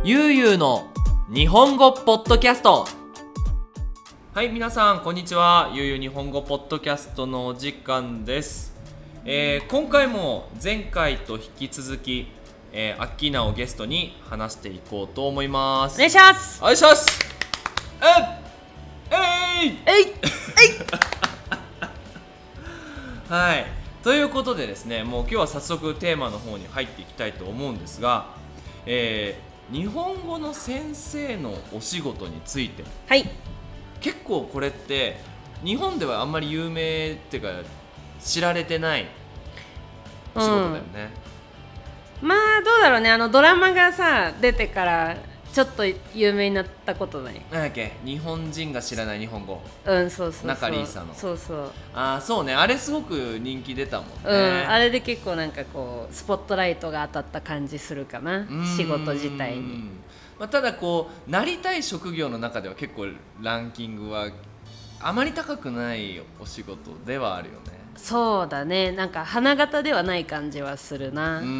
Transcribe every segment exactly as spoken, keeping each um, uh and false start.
ゆうゆうの日本語ポッドキャスト。はい、皆さんこんにちは。ゆうゆう日本語ポッドキャストのお時間です。えー、今回も前回と引き続き、えー、アッキーナをゲストに話していこうと思います。 お願いします。 お願いします。えいえいえいえいはい、ということでですね、もう今日は早速テーマの方に入っていきたいと思うんですが、えー、日本語の先生のお仕事について。 はい。 結構これって日本ではあんまり有名っていうか知られてないお仕事だよね、 うん、まあどうだろうね。あのドラマがさ出てからちょっと有名になったことない？ なんだっけ、日本人が知らない日本語。 うん、そうそうそう、 中里依紗の。 そうそう、 ああそうね、あれすごく人気出たもんね。 うん、あれで結構なんかこうスポットライトが当たった感じするかな、仕事自体に。 まあ、ただこうなりたい職業の中では結構ランキングはあまり高くないお仕事ではあるよね。 そうだね、なんか花形ではない感じはするな。 うーん、うん、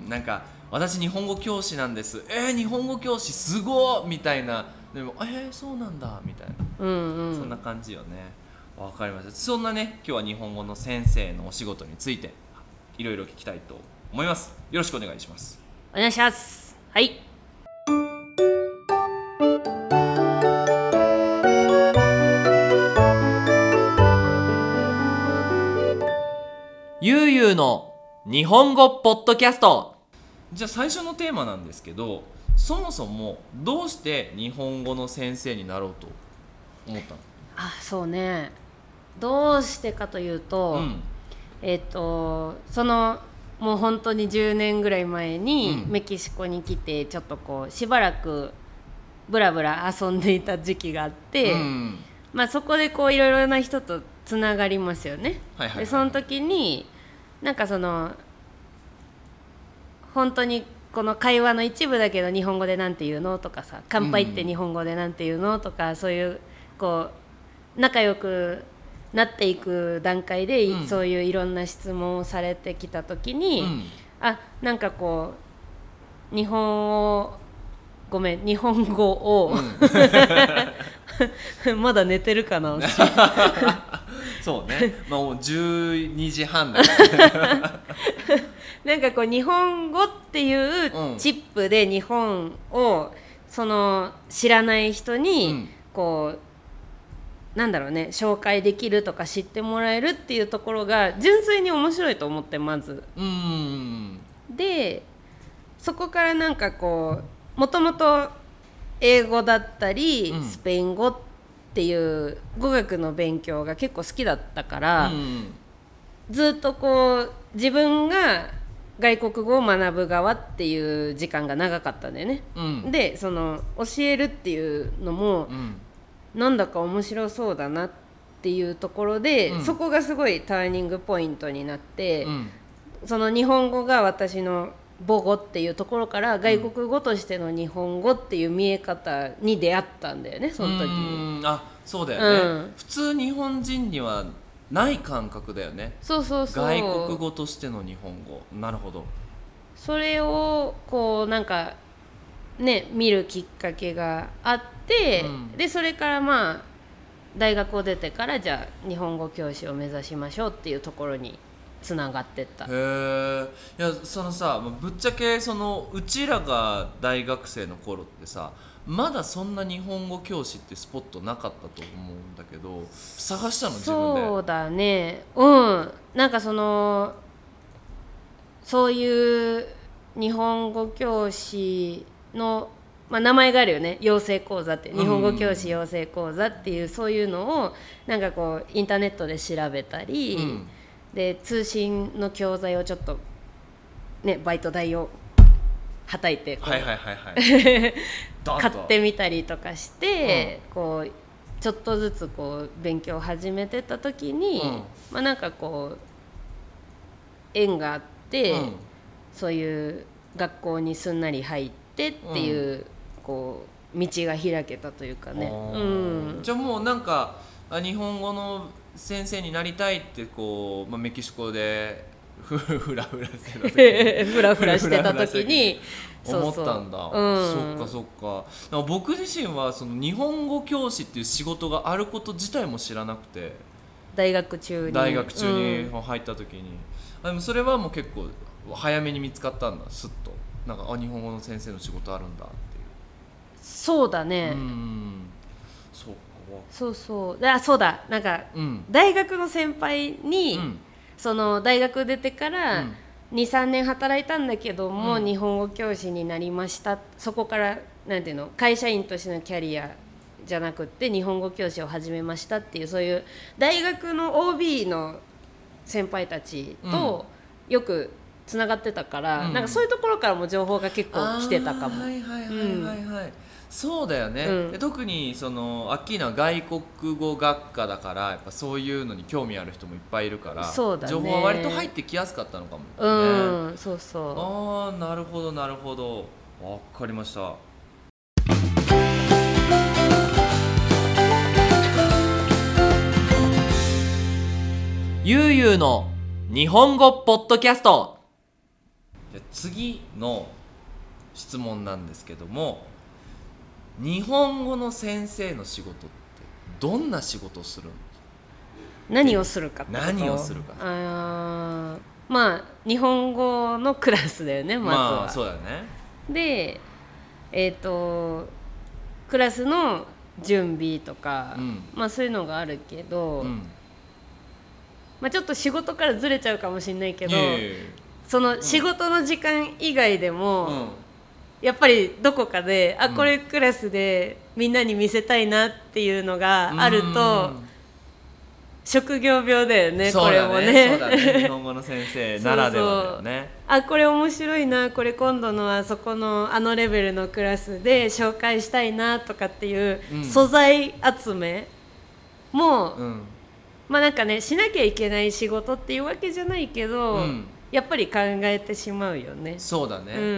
なんか私日本語教師なんです、えー、日本語教師すごーみたいな、でもえー、そうなんだみたいな、 うんうん、 そんな感じよね。わかりました。そんなね、今日は日本語の先生のお仕事についていろいろ聞きたいと思います。よろしくお願いします。 お願いします。はい。 ゆうゆうの日本語ポッドキャスト。じゃあ最初のテーマなんですけど、そもそもどうして日本語の先生になろうと思ったの？ あ、そうね、どうしてかというと、うん、えっとそのもう本当にじゅうねんぐらい前にメキシコに来て、ちょっとこうしばらくブラブラ遊んでいた時期があって、うん、まあそこでこういろいろな人とつながりますよね、はいはいはいはい、でその時になんかその本当にこの会話の一部だけど日本語でなんて言うのとかさ、乾杯って日本語でなんて言うのとか、そういうこう仲良くなっていく段階で、うん、そういういろんな質問をされてきた時に、うん、あ、なんかこう日本をごめん日本語を、うん、まだ寝てるかなそうね、まあ、もうじゅうにじはんだなんかこう日本語っていうチップで日本をその知らない人にこうなんだろうね、紹介できるとか知ってもらえるっていうところが純粋に面白いと思って、まず。うん、でそこからなんかこうもともと英語だったり、うん、スペイン語っていう語学の勉強が結構好きだったから、うん、ずっとこう自分が外国語を学ぶ側っていう時間が長かったんだよね、うん、でその教えるっていうのも、うん、なんだか面白そうだなっていうところで、うん、そこがすごいターニングポイントになって、うん、その日本語が私の母語っていうところから外国語としての日本語っていう見え方に出会ったんだよね、その時に。 うん、あ、そうだよね、うん、普通日本人にはない感覚だよね。 そうそうそう、 外国語としての日本語。なるほど。 それをこうなんかね見るきっかけがあって、うん、でそれからまあ大学を出てからじゃあ日本語教師を目指しましょうっていうところにつながってった。 へえ。いやそのさ、ぶっちゃけそのうちらが大学生の頃ってさ、まだそんな日本語教師ってスポットなかったと思うんだけど、探したの自分で？ そうだね、うん、なんかそのそういう日本語教師の、まあ、名前があるよね、養成講座って、日本語教師養成講座っていう、そういうのをなんかこうインターネットで調べたり、うん、で通信の教材をちょっとねバイト代をはたいてこう、はいはいはいはい、買ってみたりとかして、うん、こうちょっとずつこう勉強を始めてた時に、うん、まあなんかこう縁があって、うん、そういう学校にすんなり入ってっていう、うん、こう道が開けたというかね、うん、 じゃあもうなんか日本語の先生になりたいってこう、まあ、メキシコでふふらふらしてた時ふらふらしてた時に思ったんだ。 そうそう、うん、 そっかそっか。だから僕自身はその日本語教師っていう仕事があること自体も知らなくて、 大学中に大学中に入った時に、うん、でもそれはもう結構早めに見つかったんだ。スッとなんかあ日本語の先生の仕事あるんだっていう。 そうだね。 うん、そうか。 そうそうだそうだなんか、うん、大学の先輩に、うん、その大学出てから、うん、にさんねん働いたんだけども、うん、日本語教師になりました。そこからなんていうの会社員としてのキャリアじゃなくって日本語教師を始めましたっていうそういう大学の オービー の先輩たちとよくつながってたから、うん、なんかそういうところからも情報が結構来てたかも。 はいはいはいはいはい、うん、そうだよね、うん、で特にそのアッキーナは外国語学科だからやっぱそういうのに興味ある人もいっぱいいるから、 そうだね、 情報は割と入ってきやすかったのかもね。 うん、そうそう。 ああなるほどなるほど、わかりました。ゆうゆうの日本語ポッドキャスト。じゃ次の質問なんですけども、日本語の先生の仕事ってどんな仕事をするの？ 何をするかってこと？ 何をするか。 あまあ日本語のクラスだよね、まずは。 まあそうだね。 で、えっとクラスの準備とか、うん、まあそういうのがあるけど、うん、まあちょっと仕事からずれちゃうかもしれないけど、その仕事の時間以外でも、うん、やっぱりどこかで、あこれクラスでみんなに見せたいなっていうのがあると、職業病だよね。 そうだね、 これもね。 そうだね、日本語の先生ならではだよね。 そうそう、あこれ面白いな、これ今度のあそこのあのレベルのクラスで紹介したいなとかっていう素材集めも、うん、まあなんかねしなきゃいけない仕事っていうわけじゃないけど、うん、やっぱり考えてしまうよね。 そうだね、うん、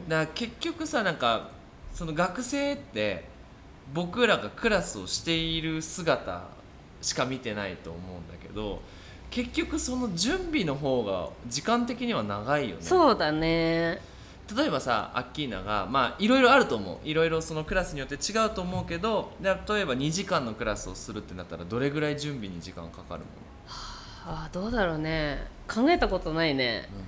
だから結局さ、なんかその学生って僕らがクラスをしている姿しか見てないと思うんだけど、結局その準備の方が時間的には長いよね。 そうだね。 例えばさ、アッキーナがまあいろいろあると思う、いろいろそのクラスによって違うと思うけど、例えばにじかんのクラスをするってなったらどれぐらい準備に時間かかるもの？ はあ、どうだろうね、考えたことないね、うん、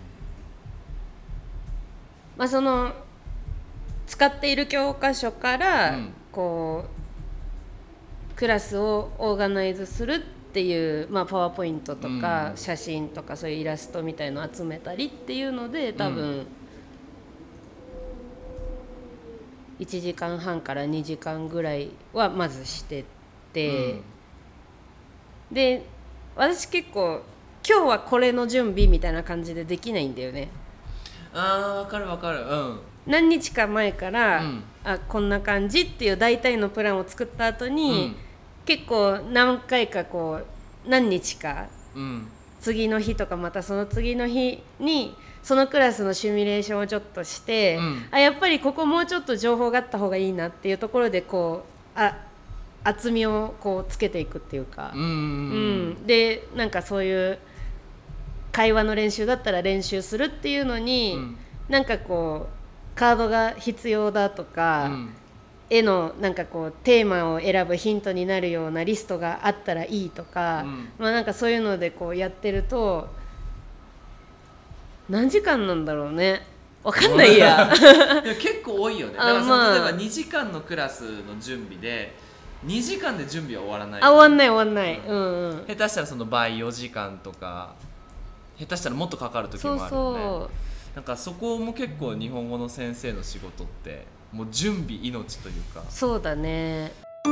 まあその使っている教科書から、うん、こうクラスをオーガナイズするっていう、まあ、パワーポイントとか、うん、写真とかそういうイラストみたいのを集めたりっていうので多分、うん、いちじかんはんからにじかんぐらいはまずしてて、うん、で私結構今日はこれの準備みたいな感じでできないんだよね。 あー分かる分かる、うん、 何日か前から、うん、あこんな感じっていう大体のプランを作った後に、うん、結構何回かこう何日か、うん、次の日とかまたその次の日にそのクラスのシミュレーションをちょっとして、うん、あやっぱりここもうちょっと情報があった方がいいなっていうところでこうあ厚みをこうつけていくっていうか、うん、うん、でなんかそういう会話の練習だったら練習するっていうのに、うん、なんかこうカードが必要だとか、うん、絵のなんかこうテーマを選ぶヒントになるようなリストがあったらいいとか、うん、まあなんかそういうのでこうやってると何時間なんだろうね、分かんないや結構多いよね。だからその、まあ、例えばにじかんのクラスの準備でにじかんで準備は終わらない、 あ終わんない終わんない、うんうん、 下手したらその倍よじかんとか下手したらもっとかかる時もあるよね。そうそう、なんかそこも結構日本語の先生の仕事ってもう準備命というか。 そうだね。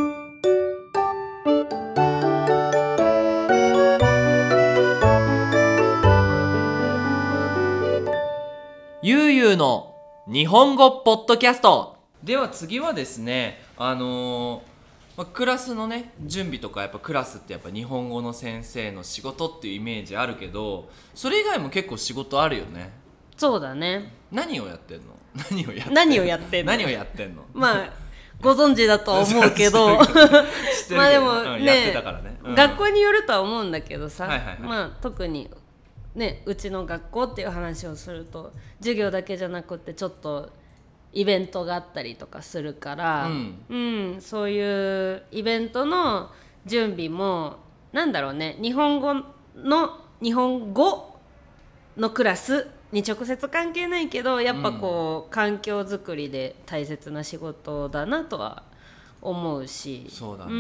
ゆうゆうの日本語ポッドキャストでは次はですね、あのーまあ、クラスのね準備とかやっぱクラスってやっぱ日本語の先生の仕事っていうイメージあるけど、それ以外も結構仕事あるよね。 そうだね。 何をやってんの？何をやってんの？ 何をやってんの？ 何をやってんの？ まあご存知だとは思うけどまあでもね、うん、やってたからね、うん、学校によるとは思うんだけどさ、はいはいはい、まあ特にね、うちの学校っていう話をすると授業だけじゃなくてちょっとイベントがあったりとかするから、うんうん、そういうイベントの準備もなんだろうね、日本語の日本語のクラスに直接関係ないけどやっぱこう、うん、環境づくりで大切な仕事だなとは思うし。 そうだね、うん、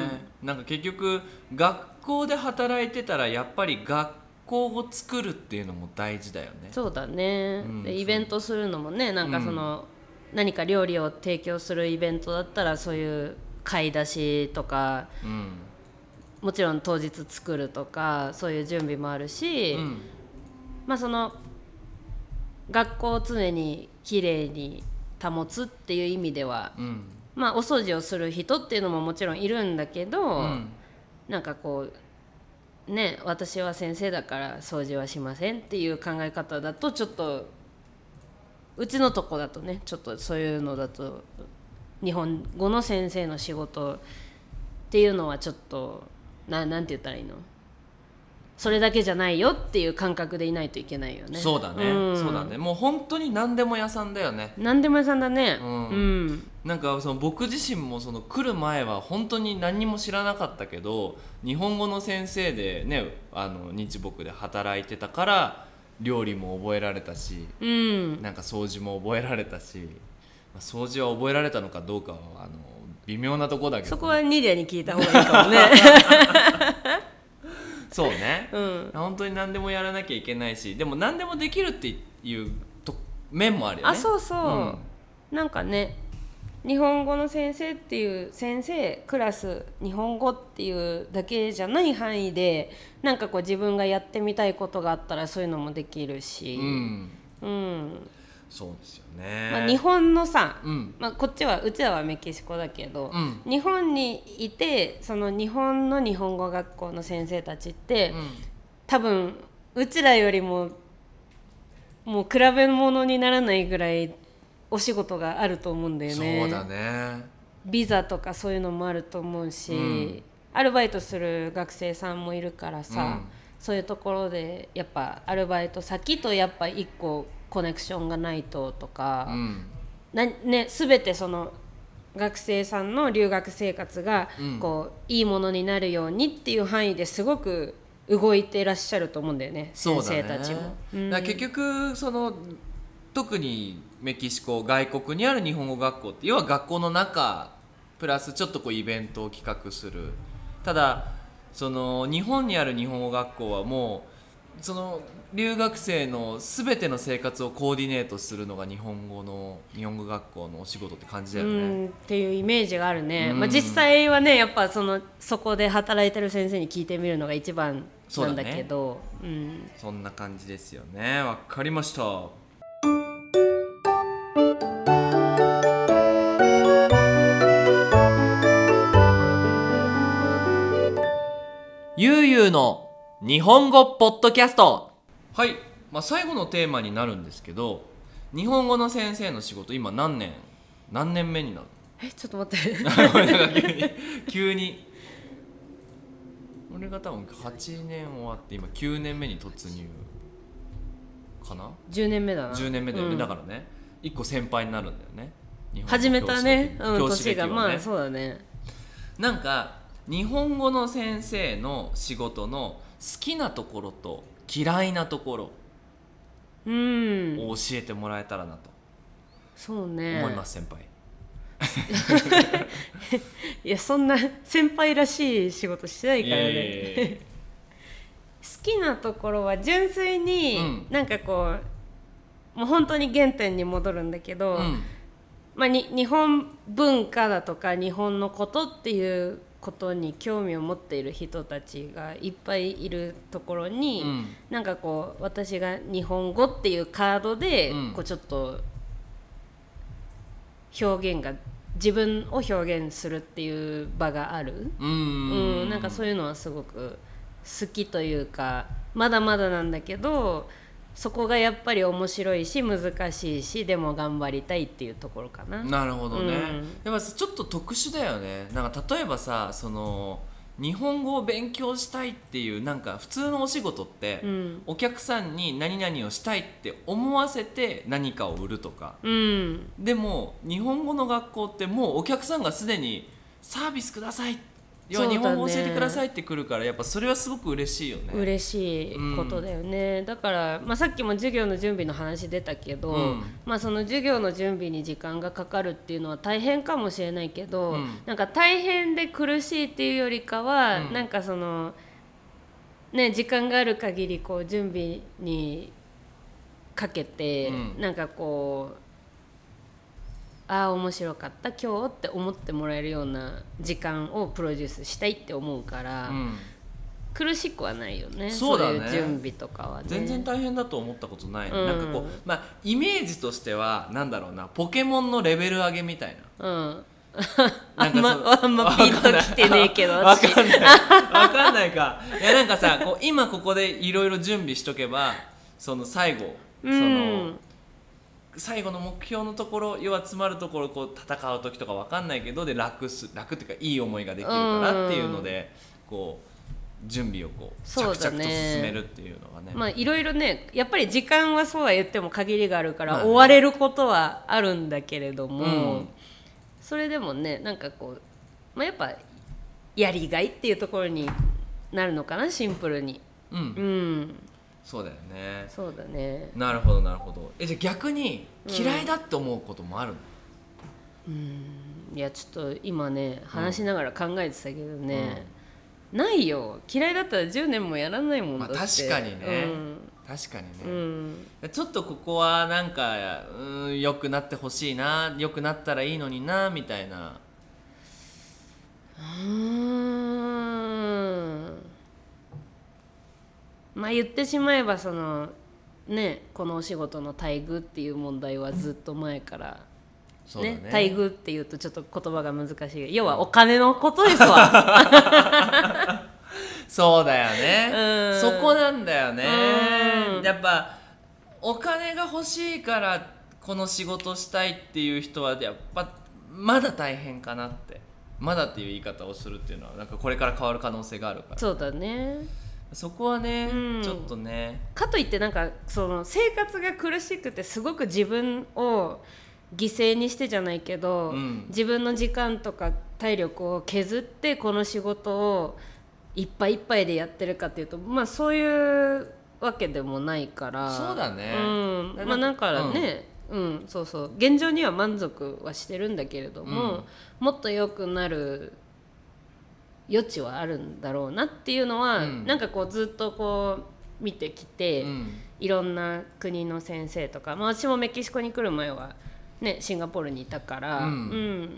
なんか結局学校で働いてたらやっぱり学校を作るっていうのも大事だよね。 そうだね、うん、でイベントするのもね、なんかその、うん、何か料理を提供するイベントだったらそういう買い出しとか、うん、もちろん当日作るとかそういう準備もあるし、うん、まあその学校を常にきれいに保つっていう意味では、うん、まあお掃除をする人っていうのももちろんいるんだけど、うん、なんかこうね、私は先生だから掃除はしませんっていう考え方だとちょっとうちのとこだとね、ちょっとそういうのだと日本語の先生の仕事っていうのはちょっと な, なんて言ったらいいの、それだけじゃないよっていう感覚でいないといけないよね。 そうだね、うん、そうだね、もう本当に何でも屋さんだよね。 何でも屋さんだね、うんうん、なんかその僕自身もその来る前は本当に何も知らなかったけど日本語の先生でね、あの日木で働いてたから料理も覚えられたし、うん、なんか掃除も覚えられたし、掃除は覚えられたのかどうかはあの微妙なとこだけど、ね、 そこはニデに聞いた方がいいかもねそうね、うん、本当に何でもやらなきゃいけないし、でも何でもできるっていうと面もあるよね。 あ、そうそう、うん、なんかね、日本語の先生っていう先生クラス日本語っていうだけじゃない範囲でなんかこう自分がやってみたいことがあったらそういうのもできるし、うん、うん、 そうですよね、 まあ、日本のさ、うんまあ、こっちはうちらはメキシコだけど、うん、日本にいてその日本の日本語学校の先生たちって、うん、多分うちらよりももう比べ物にならないぐらいお仕事があると思うんだよね。 そうだね、 ビザとかそういうのもあると思うし、うん、アルバイトする学生さんもいるからさ、うん、そういうところでやっぱアルバイト先とやっぱ一個コネクションがないととか、うんなね、全てその学生さんの留学生活がこう、うん、いいものになるようにっていう範囲ですごく動いてらっしゃると思うんだよね、先生たちも。 うん、だから結局その特にメキシコ外国にある日本語学校って要は学校の中プラスちょっとこうイベントを企画する。ただその日本にある日本語学校はもうその留学生の全ての生活をコーディネートするのが日本語の日本語学校のお仕事って感じだよね。 うんっていうイメージがあるね。まあ、実際はねやっぱそのそこで働いてる先生に聞いてみるのが一番なんだけど、 そうだね、うん、そんな感じですよね。わかりました。ゆうゆうの日本語ポッドキャスト。はい、まあ、最後のテーマになるんですけど、日本語の先生の仕事今何年何年目になる？ え、ちょっと待って急に急に俺が多分はちねん終わって今きゅうねんめに突入かな。 じゅうねんめだな。 じゅうねんめだよね、うん、だからねいっこ先輩になるんだよね。 始めたね、うん、 教師歴はね、 年がまあそうだね。 なんか日本語の先生の仕事の好きなところと嫌いなところを教えてもらえたらなとそうね思います、先輩。 いやそんな先輩らしい仕事してないからね。好きなところは純粋に、うん、なんかこうもう本当に原点に戻るんだけど、うんまあ、に日本文化だとか日本のことっていうことに興味を持っている人たちがいっぱいいるところに、うん、なんかこう私が日本語っていうカードで、うん、こうちょっと表現が自分を表現するっていう場がある、うん、なんかそういうのはすごく好きというかまだまだなんだけどそこがやっぱり面白いし難しいしでも頑張りたいっていうところかな。 なるほどね、うん、でもちょっと特殊だよね。なんか例えばさその日本語を勉強したいっていうなんか普通のお仕事って、うん、お客さんに何々をしたいって思わせて何かを売るとか、うん、でも日本語の学校ってもうお客さんがすでにサービスください、要は日本語教えてくださいってくるから、やっぱそれはすごく嬉しいよね。 嬉しいことだよね、うん、だから、まあ、さっきも授業の準備の話出たけど、うん、まあ、その授業の準備に時間がかかるっていうのは大変かもしれないけど、うん、なんか大変で苦しいっていうよりかは、うん、なんかそのね、時間がある限りこう準備にかけて、うん、なんかこうああ面白かった今日って思ってもらえるような時間をプロデュースしたいって思うから、うん、苦しくはないよね。 そうだね、 そういう準備とかはね全然大変だと思ったことない、ね、うん、なんかこう、まあ、イメージとしてはなんだろうな、ポケモンのレベル上げみたいな、うん、 あんまあんまピンときてねえけどわかんないわかんないか。いやなんかさ、こう今ここでいろいろ準備しとけば、その最後、うん、その最後の目標のところ、要は詰まるところ、こう戦う時とか分かんないけどで楽す楽っていうかいい思いができるからっていうので、こう準備をこう着々と進めるっていうのがね、 まあいろいろね、やっぱり時間はそうは言っても限りがあるから、まあね、追われることはあるんだけれども、うん、それでもね、なんかこう、まあ、やっぱやりがいっていうところになるのかな、シンプルに。うん、うん、 そうだよね。 そうだね。 なるほどなるほど。え、じゃあ逆に嫌いだって思うこともあるの？ うん、いやちょっと今ね話しながら考えてたけどね、うん、ないよ。嫌いだったらじゅうねんもやらないもんだって、 まあ、確かにね、うん、確かにね、うん、ちょっとここはなんか、うん、良くなってほしいな、良くなったらいいのになみたいな。 うーん、まあ言ってしまえばそのね、このお仕事の待遇っていう問題はずっと前からそうだね、 待遇っていうとちょっと言葉が難しい、要はお金のことですわそうだよね、そこなんだよね。やっぱお金が欲しいからこの仕事したいっていう人はやっぱまだ大変かなって、まだっていう言い方をするっていうのはなんかこれから変わる可能性があるから。 そうだね、 そこはね、うん、ちょっとね。 かといってなんかその生活が苦しくてすごく自分を犠牲にしてじゃないけど、うん、自分の時間とか体力を削ってこの仕事をいっぱいいっぱいでやってるかっていうと、まあそういうわけでもないから。そうだね、うん、まあだからね、うん、うん、そうそう、現状には満足はしてるんだけれども、うん、もっと良くなる余地はあるんだろうなっていうのは、うん、なんかこうずっとこう見てきて、うん、いろんな国の先生とか、まあ、私もメキシコに来る前は、ね、シンガポールにいたから、うんうん、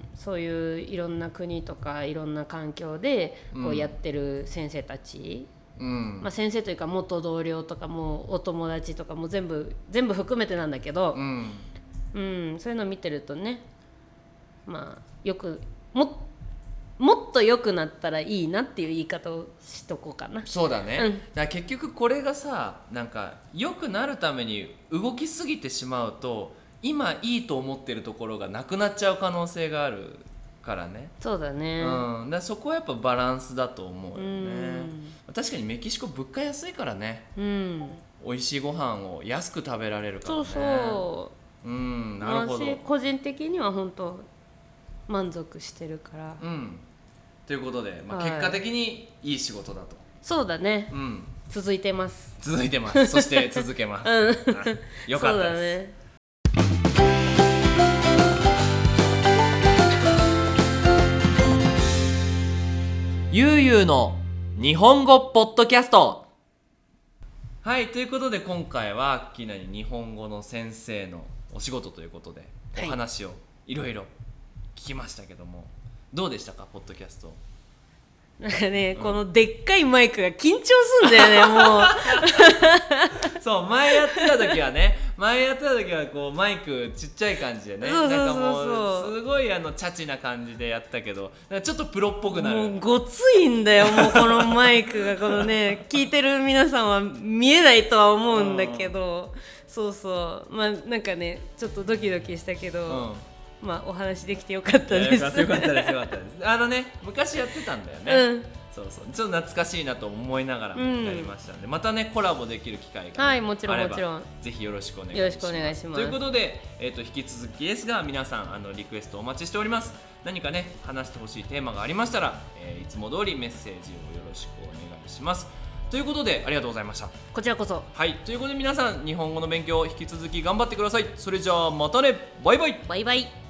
そういういろんな国とかいろんな環境でこうやってる先生たち、うん、まあ、先生というか元同僚とかもお友達とかも全部全部含めてなんだけど、うんうん、そういうのを見てるとね、まあよくもっもっと良くなったらいいなっていう言い方をしとこうかな。 そうだね、うん、だから結局これがさ、なんか良くなるために動きすぎてしまうと今いいと思ってるところがなくなっちゃう可能性があるからね。 そうだね、 うん、だからそこはやっぱバランスだと思うよね。確かにメキシコ物価安いからね、うん、美味しいご飯を安く食べられるからね。 そうそう、うん、 なるほど。 私個人的には本当満足してるから、うん、 ということで、まあ、結果的にいい仕事だと、はい、 そうだね、うん、続いてます続いてますそして続けます、うん、よかったです。そうだね。ゆうゆうの日本語ポッドキャスト。はい、ということで今回はアッキーナに日本語の先生のお仕事ということでお話をいろいろ聞きましたけども、どうでしたかポッドキャスト。 なんかね、うん、このでっかいマイクが緊張すんだよねもうそう前やってた時はね前やってた時はこうマイクちっちゃい感じでね、 そうそうそうそう、 なんかもうすごいあのチャチな感じでやったけどちょっとプロっぽくなる。 もうごついんだよもうこのマイクがこのね聞いてる皆さんは見えないとは思うんだけど、そうそう、まあなんかねちょっとドキドキしたけど、うん、まあお話できてよかったです。 よかったですよかったです。あのね昔やってたんだよね。うん、 そうそうちょっと懐かしいなと思いながらやりましたので、うん、またねコラボできる機会が、ね、 はいもちろんもちろんぜひよろしくお願いします。 よろしくお願いします。 ということで、えー、と引き続きですが皆さんあのリクエストお待ちしております。何かね話してほしいテーマがありましたら、えー、いつも通りメッセージをよろしくお願いします。ということでありがとうございました。 こちらこそ。 はいということで皆さん日本語の勉強引き続き頑張ってください。それじゃあまたねバイバイ。 バイバイ。